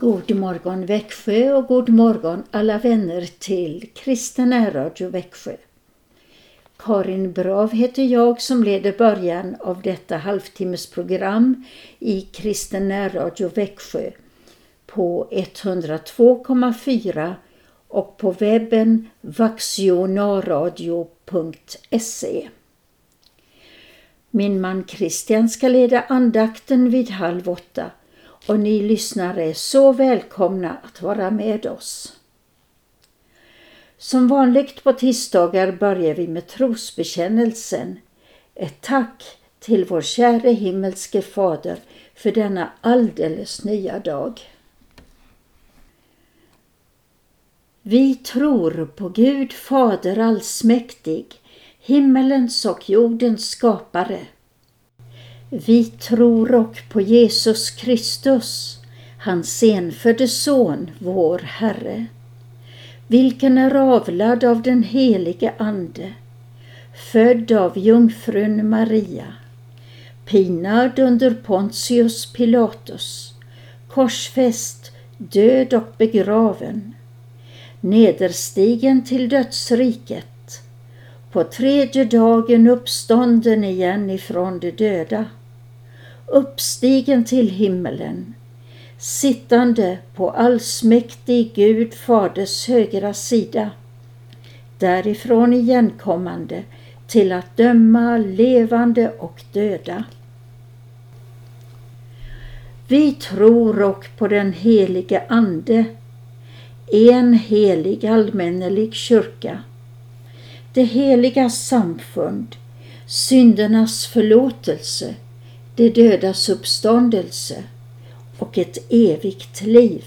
God morgon Växjö och god morgon alla vänner till Kristen närradio Växjö. Karin Brav heter jag som leder början av detta halvtimmesprogram i Kristen närradio Växjö på 102,4 och på webben vaxionaradio.se. Min man Christian ska leda andakten vid 7:30 och ni lyssnare är så välkomna att vara med oss. Som vanligt på tisdagar börjar vi med trosbekännelsen. Ett tack till vår käre himmelske fader för denna alldeles nya dag. Vi tror på Gud Fader allsmäktig, himmelens och jordens skapare. Vi tror och på Jesus Kristus, hans enfödde son, vår Herre, vilken är avlad av den helige Ande, född av jungfrun Maria, pinad under Pontius Pilatus, korsfäst, död och begraven, nederstigen till dödsriket, på 3:e dagen uppstånden igen ifrån de döda, uppstigen till himmelen, sittande på allsmäktig Gud Faders högra sida, därifrån igenkommande till att döma levande och döda. Vi tror och på den helige Ande, en helig allmännelig kyrka, det heliga samfund, syndernas förlåtelse, det dödas uppståndelse och ett evigt liv.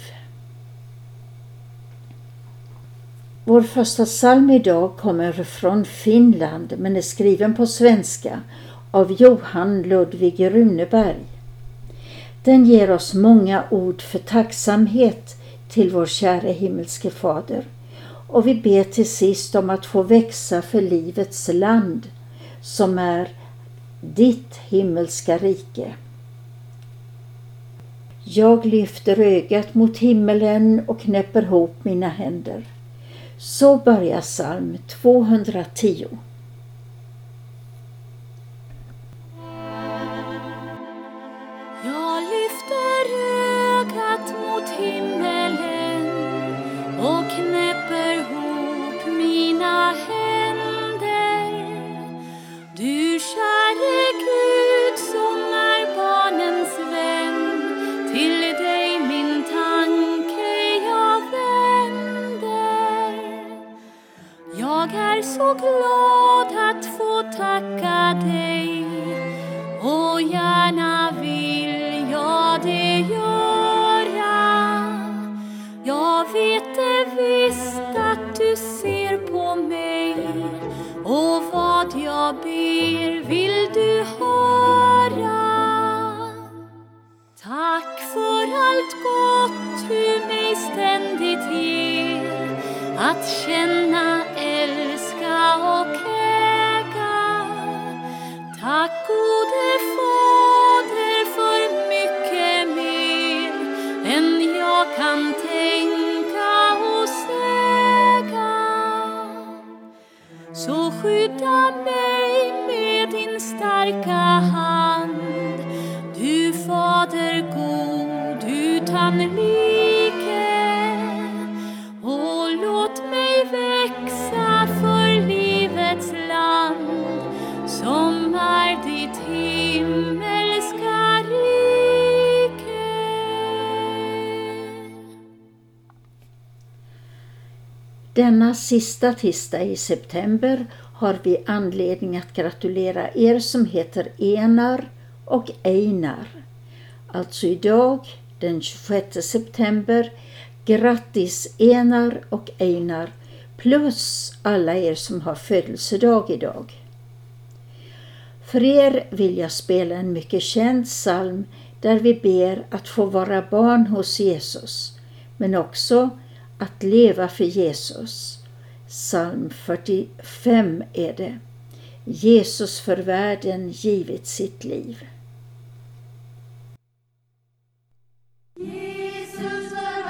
Vår första psalm idag kommer från Finland men är skriven på svenska av Johan Ludvig Runeberg. Den ger oss många ord för tacksamhet till vår käre himmelske fader. Och vi ber till sist om att få växa för livets land som är ditt himmelska rike. Jag lyfter ögat mot himmelen och knäpper ihop mina händer. Så börjar psalm 210. Jag lyfter ögat mot himmelen och knäpper ihop mina händer. Du käre Gud som är barnens vän, till dig min tanke jag vänder. Jag är så glad att få tacka dig, och gärna vill jag det göra. Jag vet det visst att du ser på mig, och vad jag ber vill du höra. Tack för allt gott du mig ständigt ger, att känna, älska och äga. Tack gode Fader för mycket mer än jag kan tänka och säga. Så skydda mig med din starka hand, du Fader god, utan like, och låt mig växa för livets land som är ditt himmelska rike. Denna sista tisdag i september har vi anledning att gratulera er som heter Enar och Einar. Alltså idag, den 26 september, grattis Enar och Einar plus alla er som har födelsedag idag. För er vill jag spela en mycket känd psalm där vi ber att få vara barn hos Jesus, men också att leva för Jesus. Psalm 45 är det. Jesus för världen givit sitt liv. Jesus för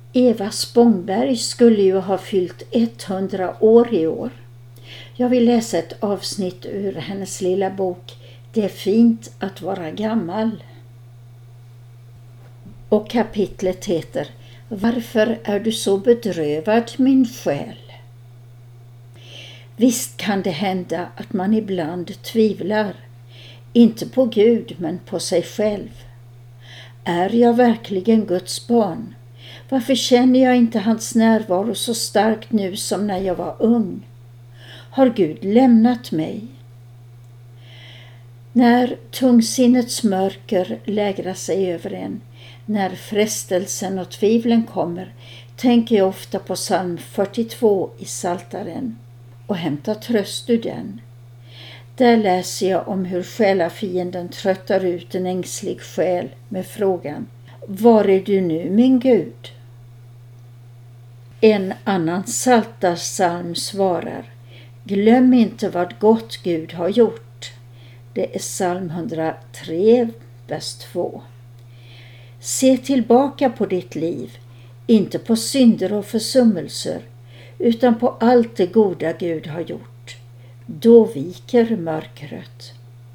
Eva Spångberg skulle ju ha fyllt 100 år i år. Jag vill läsa ett avsnitt ur hennes lilla bok Det är fint att vara gammal. Och kapitlet heter Varför är du så bedrövad, min själ? Visst kan det hända att man ibland tvivlar, inte på Gud men på sig själv. Är jag verkligen Guds barn? Varför känner jag inte hans närvaro så starkt nu som när jag var ung? Har Gud lämnat mig? När tungsinnets mörker lägrar sig över en, när frestelsen och tvivlen kommer, tänker jag ofta på psalm 42 i Psaltaren och hämtar tröst ur den. Där läser jag om hur själafienden tröttar ut en ängslig själ med frågan: Var är du nu, min Gud? En annan psaltarpsalm svarar: Glöm inte vad gott Gud har gjort. Det är psalm 103, vers 2. Se tillbaka på ditt liv, inte på synder och försummelser, utan på allt det goda Gud har gjort. Då viker mörkret.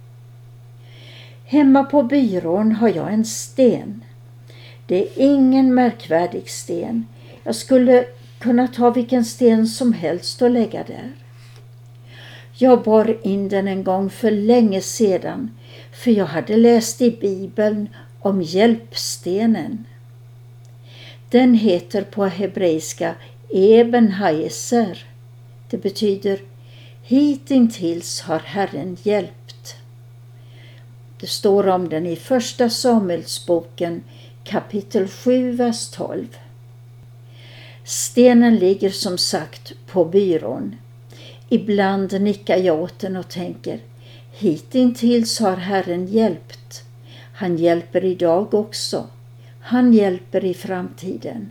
Hemma på byrån har jag en sten. Det är ingen märkvärdig sten. Jag skulle kunna ta vilken sten som helst och lägga där. Jag bar in den en gång för länge sedan, för jag hade läst i Bibeln om hjälpstenen. Den heter på hebreiska Eben Haeser. Det betyder hitintills har Herren hjälpt. Det står om den i första Samuelsboken kapitel 7, vers 12. Stenen ligger som sagt på byrån. Ibland nickar jag åt den och tänker: hitintills har Herren hjälpt. Han hjälper idag också. Han hjälper i framtiden.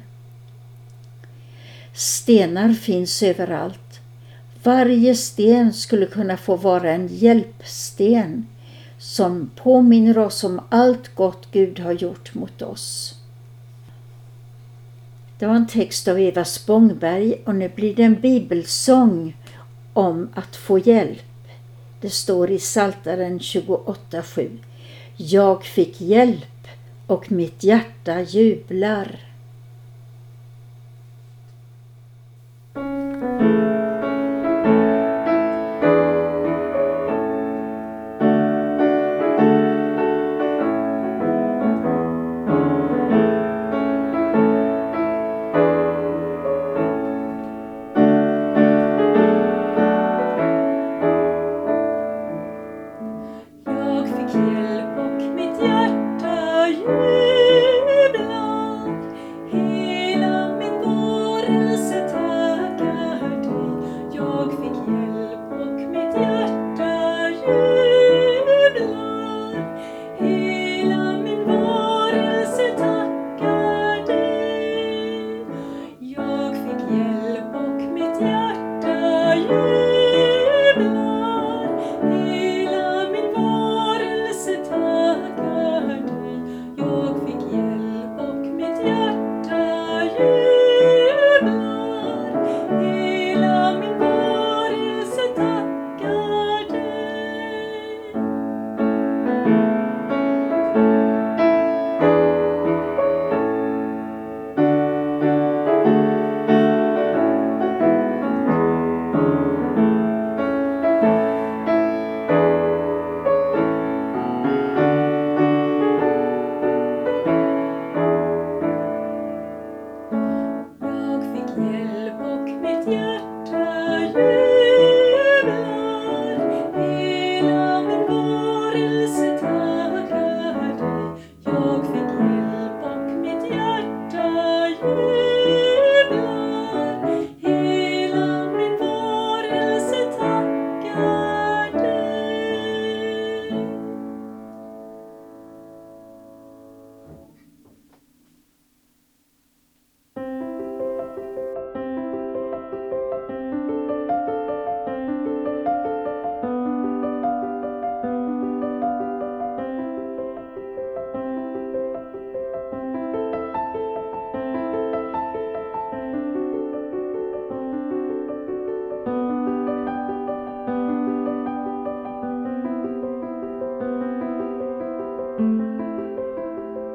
Stenar finns överallt. Varje sten skulle kunna få vara en hjälpsten som påminner oss om allt gott Gud har gjort mot oss. Det var en text av Eva Spångberg och nu blir det en bibelsång om att få hjälp. Det står i Psaltaren 28:7. Jag fick hjälp och mitt hjärta jublar. Jag fick hjälp och mitt hjärta jublar.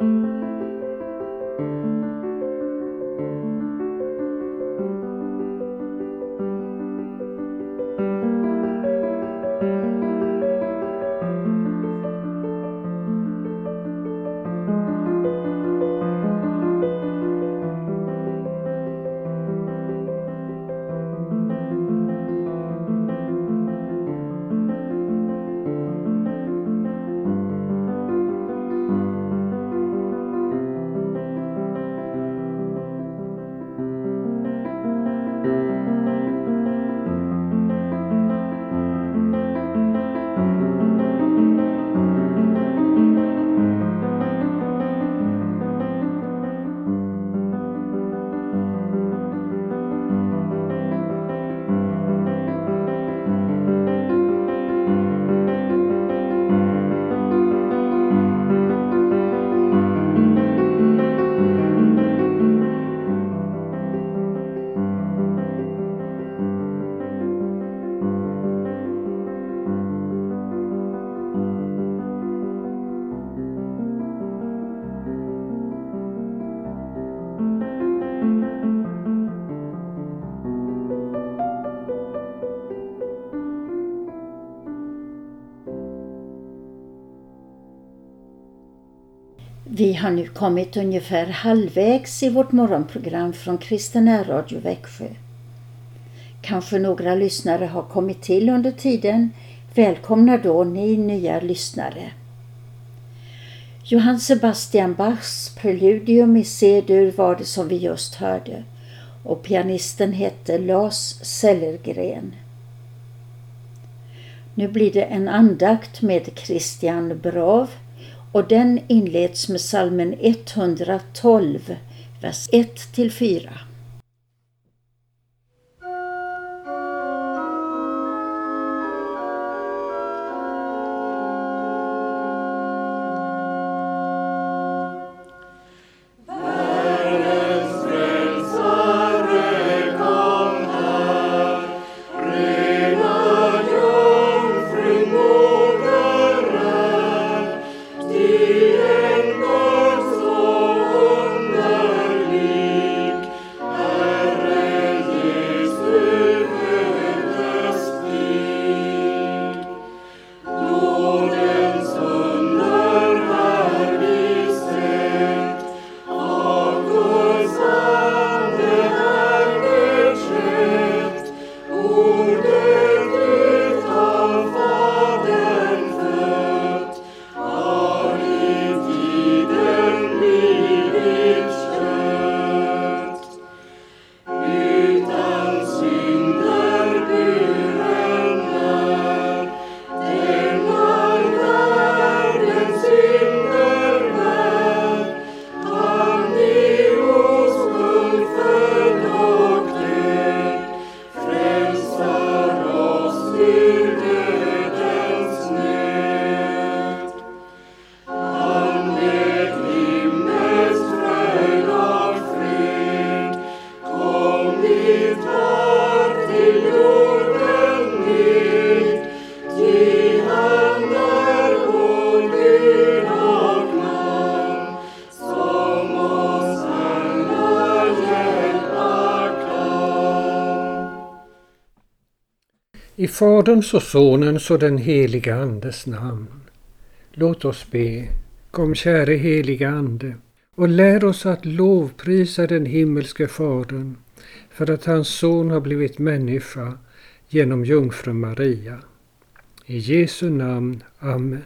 Vi har nu kommit ungefär halvvägs i vårt morgonprogram från Kristen Radio Växjö. Kanske några lyssnare har kommit till under tiden. Välkomna då ni nya lyssnare. Johann Sebastian Bachs preludium i C-dur var det som vi just hörde, och pianisten hette Lars Sellergren. Nu blir det en andakt med Christian Brav, och den inleds med psalmen 112, vers 1-4. I Faderns och Sonens och den heliga Andes namn. Låt oss be. Kom käre heliga Ande och lär oss att lovprisa den himmelske Fadern för att hans son har blivit människa genom jungfru Maria. I Jesu namn. Amen.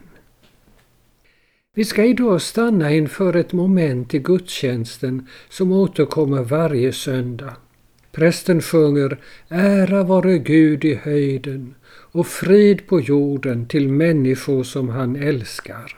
Vi ska idag stanna inför ett moment i gudstjänsten som återkommer varje söndag. Prästen sjunger ära vare Gud i höjden och frid på jorden till människor som han älskar.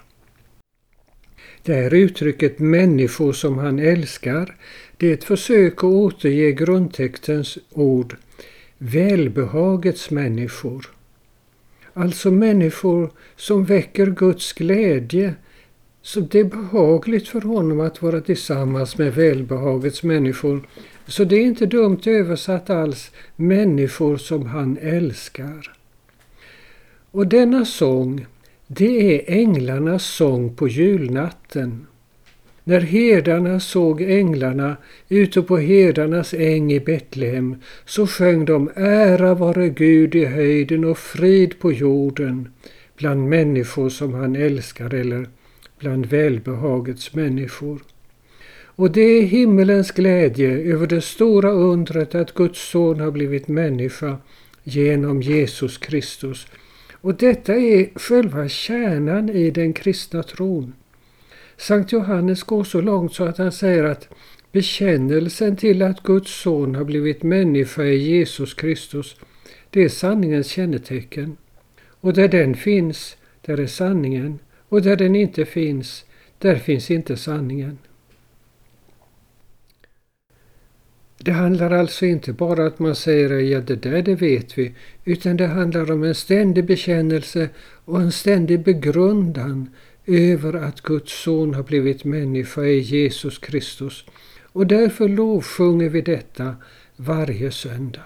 Det här uttrycket människor som han älskar, det är ett försök att återge grundtextens ord välbehagets människor. Alltså människor som väcker Guds glädje, så det är behagligt för honom att vara tillsammans med välbehagets människor. Så det är inte dumt översatt alls, människor som han älskar. Och denna sång, det är änglarnas sång på julnatten. När herdarna såg änglarna ute på herdarnas äng i Betlehem, så sjöng de: ära vare Gud i höjden och frid på jorden, bland människor som han älskar, eller bland välbehagets människor. Och det är himmelens glädje över det stora undret att Guds son har blivit människa genom Jesus Kristus. Och detta är själva kärnan i den kristna tron. Sankt Johannes går så långt så att han säger att bekännelsen till att Guds son har blivit människa i Jesus Kristus, det är sanningens kännetecken. Och där den finns, där är sanningen. Och där den inte finns, där finns inte sanningen. Det handlar alltså inte bara att man säger ja, det vet vi, utan det handlar om en ständig bekännelse och en ständig begrundan över att Guds son har blivit människa i Jesus Kristus. Och därför lovsjunger vi detta varje söndag.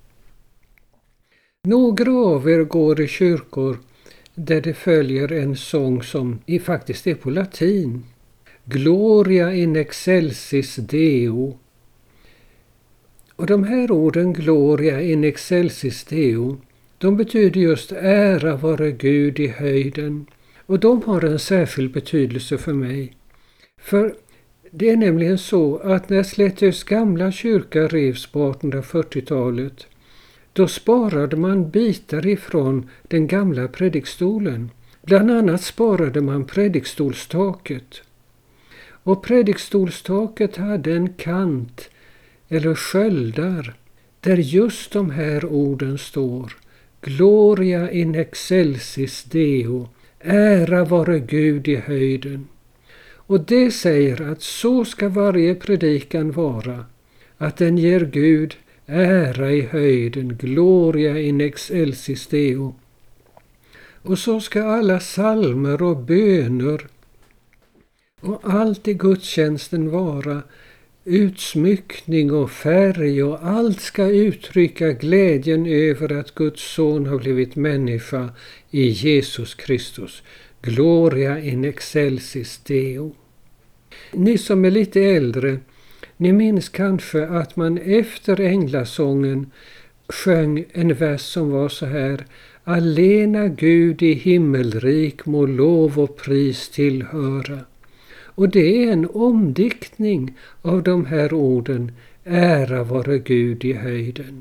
Några av er går i kyrkor där det följer en sång som faktiskt är på latin. Gloria in excelsis Deo. Och de här orden, Gloria in excelsis Deo, de betyder just ära vare Gud i höjden. Och de har en särskild betydelse för mig. För det är nämligen så att när Slätthuts gamla kyrka revs på 1840-talet, då sparade man bitar ifrån den gamla predikstolen. Bland annat sparade man predikstolstaket. Och predikstolstaket hade en kant eller sköldar där just de här orden står. Gloria in excelsis Deo. Ära vare Gud i höjden. Och det säger att så ska varje predikan vara. Att den ger Gud ära i höjden. Gloria in excelsis Deo. Och så ska alla psalmer och böner och allt i gudstjänsten vara utsmyckning och färg, och allt ska uttrycka glädjen över att Guds son har blivit människa i Jesus Kristus. Gloria in excelsis Deo. Ni som är lite äldre, ni minns kanske att man efter änglasången sjöng en vers som var så här: Allena Gud i himmelrik må lov och pris tillhöra. Och det är en omdiktning av de här orden, ära vare Gud i höjden.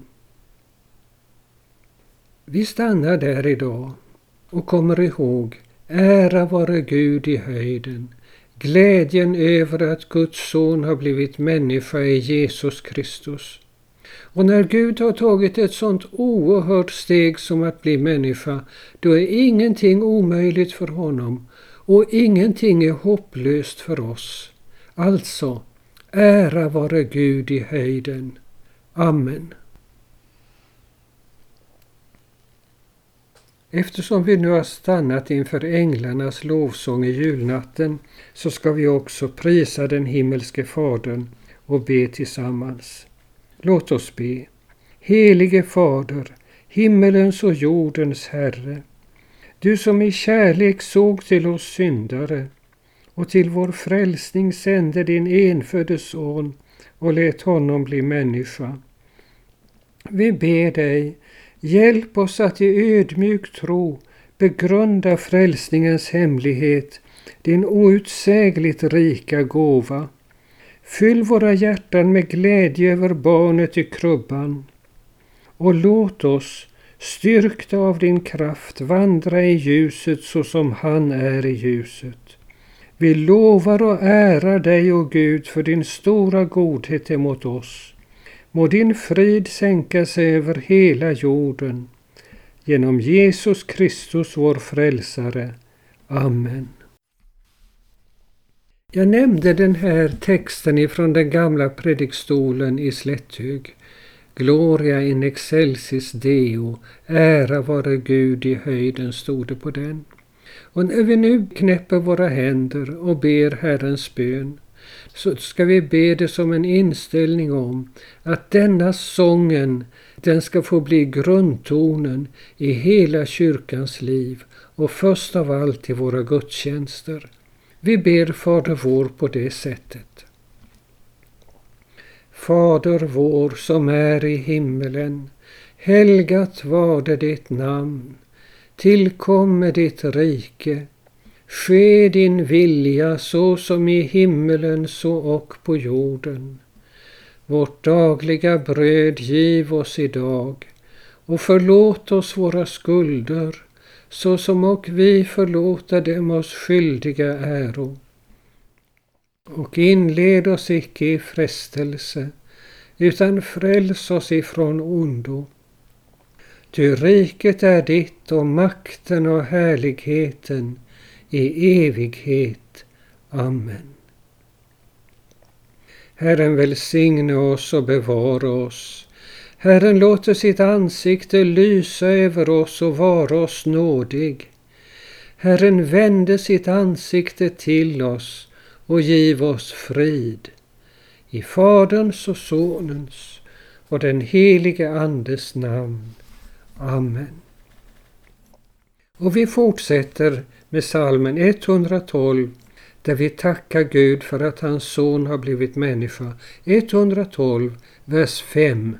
Vi stannar där idag och kommer ihåg, ära vare Gud i höjden. Glädjen över att Guds son har blivit människa i Jesus Kristus. Och när Gud har tagit ett sånt oerhört steg som att bli människa, då är ingenting omöjligt för honom. Och ingenting är hopplöst för oss. Alltså, ära vare Gud i höjden. Amen. Eftersom vi nu har stannat inför änglarnas lovsång i julnatten, så ska vi också prisa den himmelske Fadern och be tillsammans. Låt oss be. Helige Fader, himmelens och jordens Herre, du som i kärlek såg till oss syndare och till vår frälsning sände din enfödde son och lät honom bli människa. Vi ber dig, hjälp oss att i ödmjuk tro begrunda frälsningens hemlighet, din outsägligt rika gåva. Fyll våra hjärtan med glädje över barnet i krubban och låt oss, styrkta av din kraft, vandra i ljuset så som han är i ljuset. Vi lovar och ärar dig, o Gud, för din stora godhet emot oss. Må din frid sänka sig över hela jorden. Genom Jesus Kristus, vår frälsare. Amen. Jag nämnde den här texten ifrån den gamla predikstolen i Slätthög. Gloria in excelsis Deo, ära vare Gud i höjden, stod det på den. Och när vi nu knäpper våra händer och ber Herrens bön, så ska vi be det som en inställning om att denna sången, den ska få bli grundtonen i hela kyrkans liv och först av allt i våra gudstjänster. Vi ber Fader vår på det sättet. Fader vår som är i himmelen, helgat varde ditt namn. Tillkomme ditt rike. Ske din vilja så som i himmelen så och på jorden. Vårt dagliga bröd giv oss idag och förlåt oss våra skulder så som och vi förlåta dem oss skyldiga äro. Och inled oss icke i frestelse utan fräls oss ifrån ondo. Ty riket är ditt och makten och härligheten i evighet. Amen. Herren välsigne oss och bevara oss. Herren låter sitt ansikte lysa över oss och vara oss nådig. Herren vände sitt ansikte till oss och giv oss frid. I Faderns och Sonens och den helige Andes namn. Amen. Och vi fortsätter med psalmen 112 där vi tackar Gud för att hans son har blivit människa. 112, vers 5.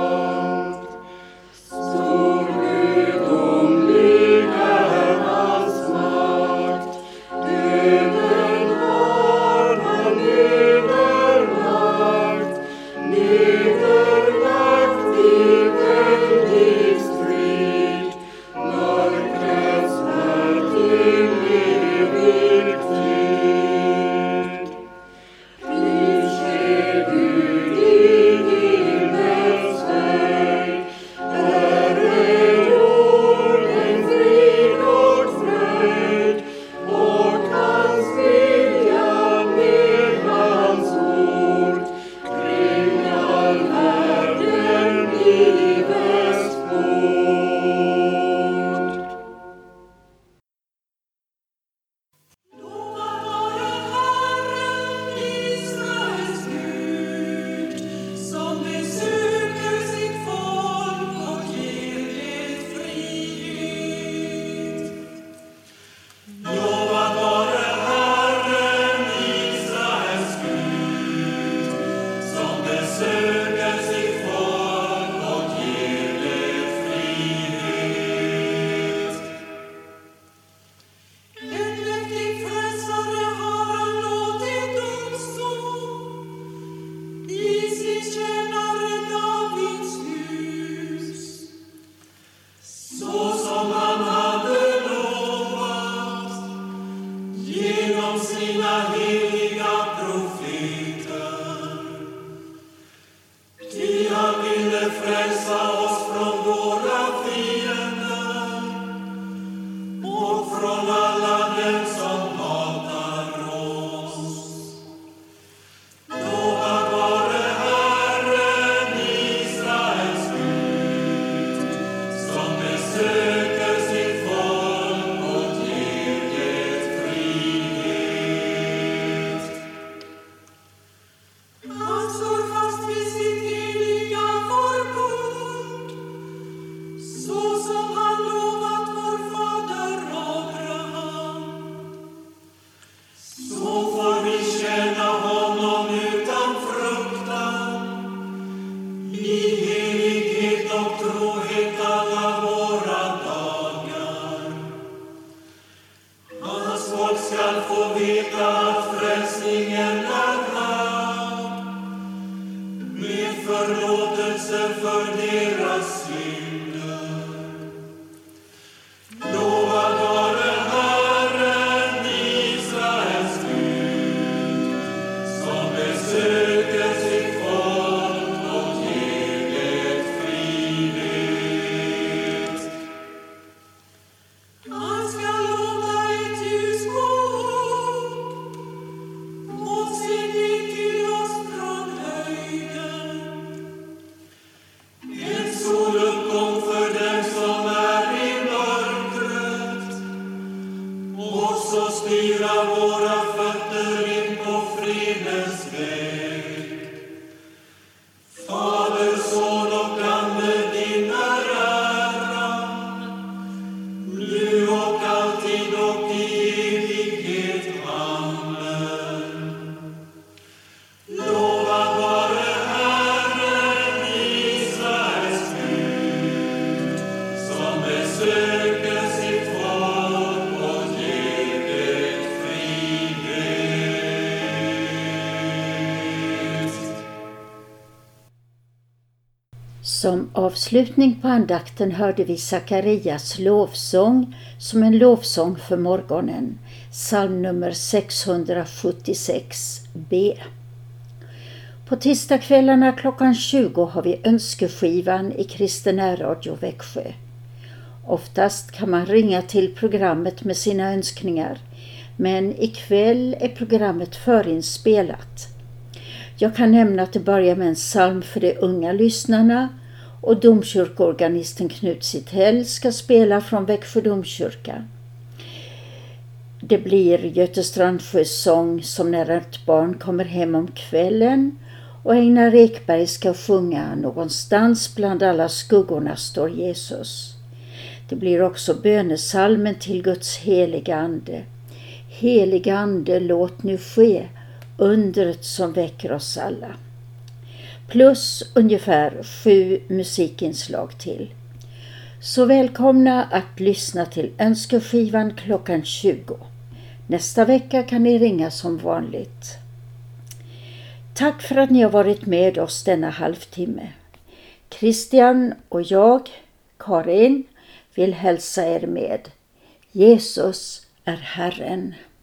Stor gudomlig är hans Som avslutning på andakten hörde vi Sakarias lovsång som en lovsång för morgonen, psalm nummer 676b. På tisdagskvällarna klockan 20 har vi önskeskivan i Kristen närradio Växjö. Oftast kan man ringa till programmet med sina önskningar, men ikväll är programmet förinspelat. Jag kan nämna att det börjar med en psalm för de unga lyssnarna och domkyrkoorganisten Knut Sittell ska spela från Växjö domkyrka. Det blir Göte Strandsjös sång som när ett barn kommer hem om kvällen och Einar Ekberg ska sjunga Någonstans bland alla skuggorna står Jesus. Det blir också bönesalmen till Guds heliga ande. Heliga ande, låt nu ske undret som väcker oss alla. Plus ungefär 7 musikinslag till. Så välkomna att lyssna till önskeskivan klockan 20. Nästa vecka kan ni ringa som vanligt. Tack för att ni har varit med oss denna halvtimme. Christian och jag, Karin, vill hälsa er med. Jesus är Herren.